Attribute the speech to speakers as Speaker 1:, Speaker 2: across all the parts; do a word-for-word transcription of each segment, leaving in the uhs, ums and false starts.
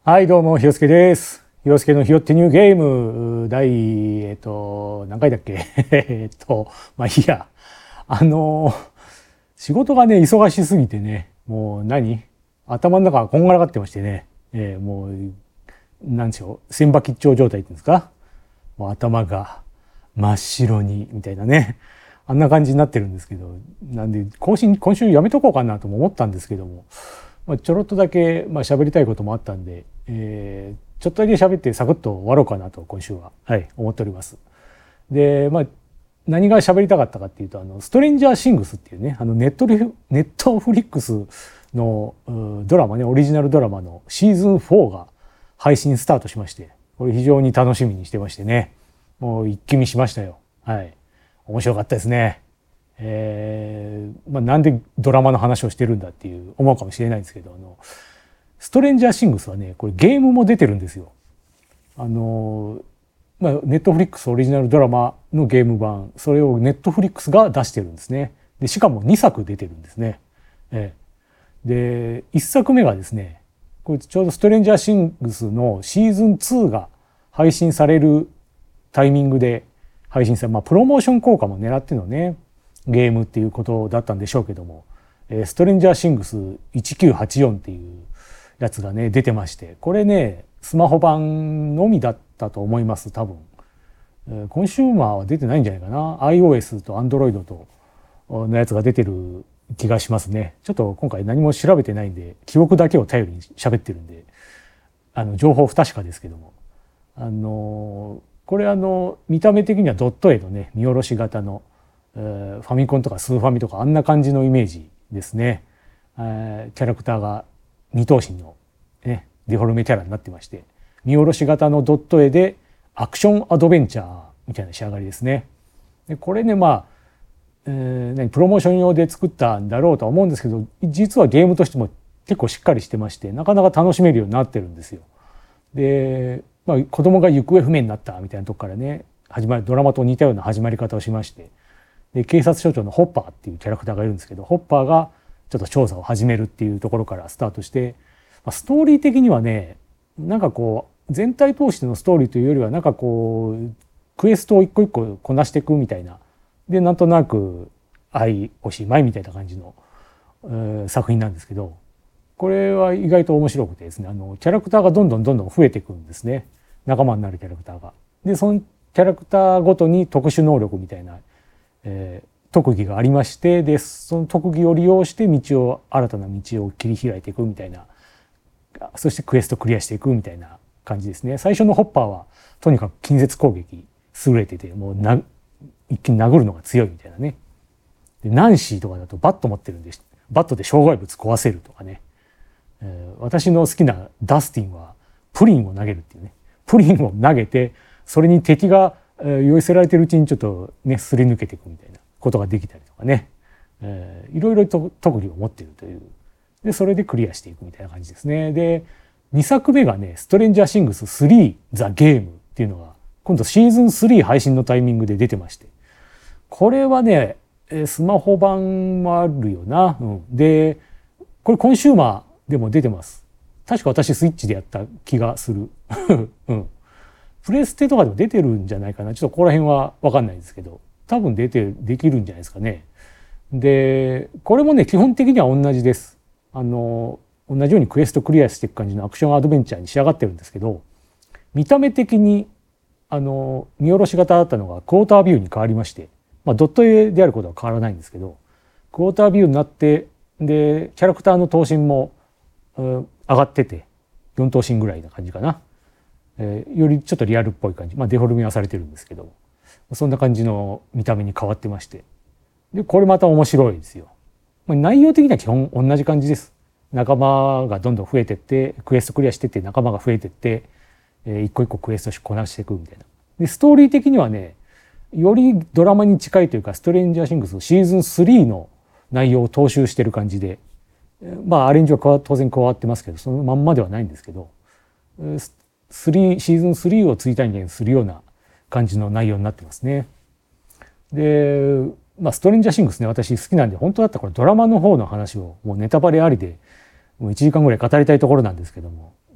Speaker 1: はい、どうも、ひよすけです。ひよすけのひよってニューゲーム、第、えっと、何回だっけえっと、まあいいや。あの、仕事がね、忙しすぎてね、もう何頭の中がこんがらがってましてね、えー、もう、なんでしょう、千葉吉兆状態っていうんですか、もう頭が真っ白に、みたいなね。あんな感じになってるんですけど、なんで、更新、今週やめとこうかなとも思ったんですけども、まあ、ちょろっとだけ、まあ、喋りたいこともあったんで、えー、ちょっとだけ喋ってサクッと終わろうかなと今週は、はい、思っております。で、まあ、何が喋りたかったかっていうと、あの、ストレンジャーシングスっていうね、あの、ネットリ、ネットフリックスのドラマね、オリジナルドラマのシーズンフォーが配信スタートしまして、これ非常に楽しみにしてましてね、もう一気見しましたよ。はい。面白かったですね。えーまあ、なんでドラマの話をしてるんだっていう思うかもしれないんですけど、あのストレンジャーシングスはね、これゲームも出てるんですよ。あのまあ、ネットフリックスオリジナルドラマのゲーム版、それをネットフリックスが出してるんですね。でしかもにさく出てるんですね。えー、でいっさくめがですね、これちょうどストレンジャーシングスのシーズンツーが配信されるタイミングで配信され、まあプロモーション効果も狙ってのね、ゲームっていうことだったんでしょうけども、ストレンジャーシングスいちきゅうはちよんっていうやつがね出てまして、これねスマホ版のみだったと思います。多分コンシューマーは出てないんじゃないかな。 iOS と Android とのやつが出てる気がしますね。ちょっと今回何も調べてないんで記憶だけを頼りに喋ってるんで、あの情報不確かですけども、あのこれあの見た目的にはドット絵のね見下ろし型のファミコンとかスーファミとかあんな感じのイメージですね。キャラクターが二頭身の、ね、デフォルメキャラになってまして、見下ろし型のドット絵でアクションアドベンチャーみたいな仕上がりですね。でこれね、まあ、えー、何プロモーション用で作ったんだろうとは思うんですけど、実はゲームとしても結構しっかりしてまして、なかなか楽しめるようになってるんですよ。で、まあ、子供が行方不明になったみたいなとこからね始まり、ドラマと似たような始まり方をしまして、で警察署長のホッパーっていうキャラクターがいるんですけど、ホッパーがちょっと調査を始めるっていうところからスタートして、まあ、ストーリー的にはね、なんかこう全体通してのストーリーというよりは、なんかこうクエストを一個一個こなしていくみたいな、でなんとなく愛おしまいみたいな感じの、えー、作品なんですけど、これは意外と面白くてですね、あのキャラクターがどんどんどんどん増えていくんですね。仲間になるキャラクターが。でそのキャラクターごとに特殊能力みたいな、えー、特技がありまして、でその特技を利用して道を新たな道を切り開いていくみたいな、そしてクエストクリアしていくみたいな感じですね。最初のホッパーはとにかく近接攻撃優れてて、もうな一気に殴るのが強いみたいなね。でナンシーとかだとバット持ってるんで、バットで障害物壊せるとかね。えー、私の好きなダスティンはプリンを投げるっていうね。プリンを投げて、それに敵が酔いせられてるうちにちょっとねすり抜けていくみたいなことができたりとかね、えー、いろいろと特技を持っているという、でそれでクリアしていくみたいな感じですね。でにさくめがね、ストレンジャーシングススリーザゲームっていうのが今度シーズンスリー配信のタイミングで出てまして、これはねスマホ版もあるよな、うん、でこれコンシューマーでも出てます。確か私スイッチでやった気がする、うん、プレステとかでも出てるんじゃないかな。ちょっとここら辺は分かんないですけど、多分出てできるんじゃないですかね。でこれもね基本的には同じです。あの同じようにクエストクリアしていく感じのアクションアドベンチャーに仕上がってるんですけど、見た目的にあの見下ろし型だったのがクォータービューに変わりまして、まあ、ドット絵であることは変わらないんですけど、クォータービューになって、でキャラクターの頭身も、うん、上がっててよん頭身ぐらいな感じかな、えー、よりちょっとリアルっぽい感じ、まあ、デフォルメはされてるんですけど、そんな感じの見た目に変わってまして、でこれまた面白いですよ。内容的には基本同じ感じです。仲間がどんどん増えてって、クエストクリアしてって仲間が増えてって、えー、一個一個クエストこなしていくみたいな。でストーリー的にはね、よりドラマに近いというか、ストレンジャーシングスシーズンスリーの内容を踏襲してる感じで、まあアレンジは当然加わってますけど、そのまんまではないんですけど、スリーシーズンスリーを追体験するような感じの内容になってますね。で、まあストレンジャーシングスね、私好きなんで、本当だったらこれドラマの方の話をもうネタバレありでもういちじかんぐらい語りたいところなんですけども、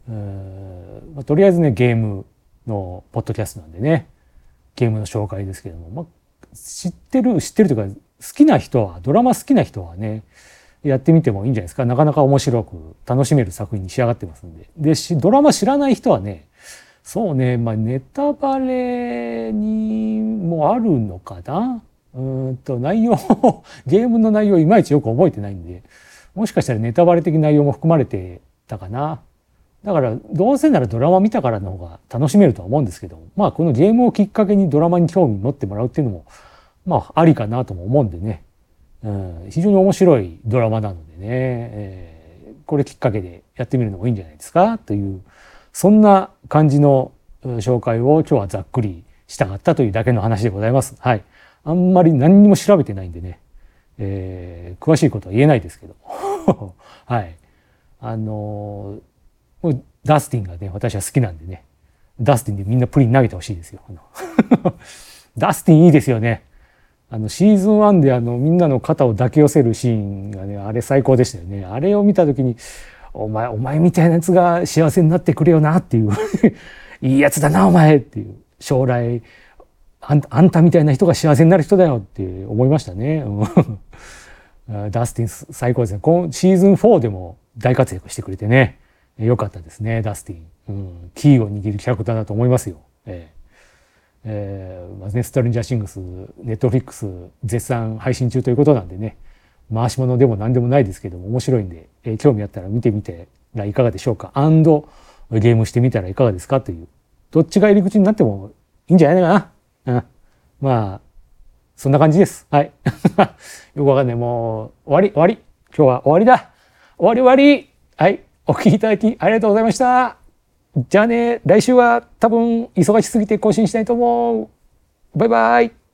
Speaker 1: うーまあ、とりあえずねゲームのポッドキャストなんでねゲームの紹介ですけども、まあ、知ってる知ってるというか好きな人はドラマ好きな人はねやってみてもいいんじゃないですか。なかなか面白く楽しめる作品に仕上がってますんで。でドラマ知らない人はねそうね、まあ、ネタバレにもあるのかな。うーんと内容ゲームの内容いまいちよく覚えてないんでもしかしたらネタバレ的内容も含まれてたかな。だからどうせならドラマ見たからの方が楽しめるとは思うんですけど、まあこのゲームをきっかけにドラマに興味持ってもらうっていうのもまあありかなとも思うんでね、うん、非常に面白いドラマなのでね、えー、これきっかけでやってみるのもいいんじゃないですかというそんな感じの紹介を今日はざっくりしたかったというだけの話でございます。はい、あんまり何にも調べてないんでね、えー、詳しいことは言えないですけどはい、あのー、ダスティンがね私は好きなんでねダスティンでみんなプリン投げてほしいですよダスティンいいですよね。あのシーズンワンであのみんなの肩を抱き寄せるシーンがねあれ最高でしたよね。あれを見た時にお前お前みたいなやつが幸せになってくれよなっていういいやつだなお前っていう将来あんあんたみたいな人が幸せになる人だよって思いましたねダスティン最高ですね。今シーズンフォーでも大活躍してくれてね良かったですねダスティン、うん、キーを握るキャラクターだと思いますよ。えーえーまあね、ストレンジャーシングスネットフリックス絶賛配信中ということなんでね回し物でも何でもないですけども面白いんで、えー、興味あったら見てみてらいかがでしょうか。アンドゲームしてみたらいかがですかというどっちが入り口になってもいいんじゃないかな、うん、まあそんな感じです。はいよくわかんないもう終わり終わり今日は終わりだ終わり終わり。はいお聞きいただきありがとうございました。じゃあね来週は多分忙しすぎて更新しないと思う。バイバイ。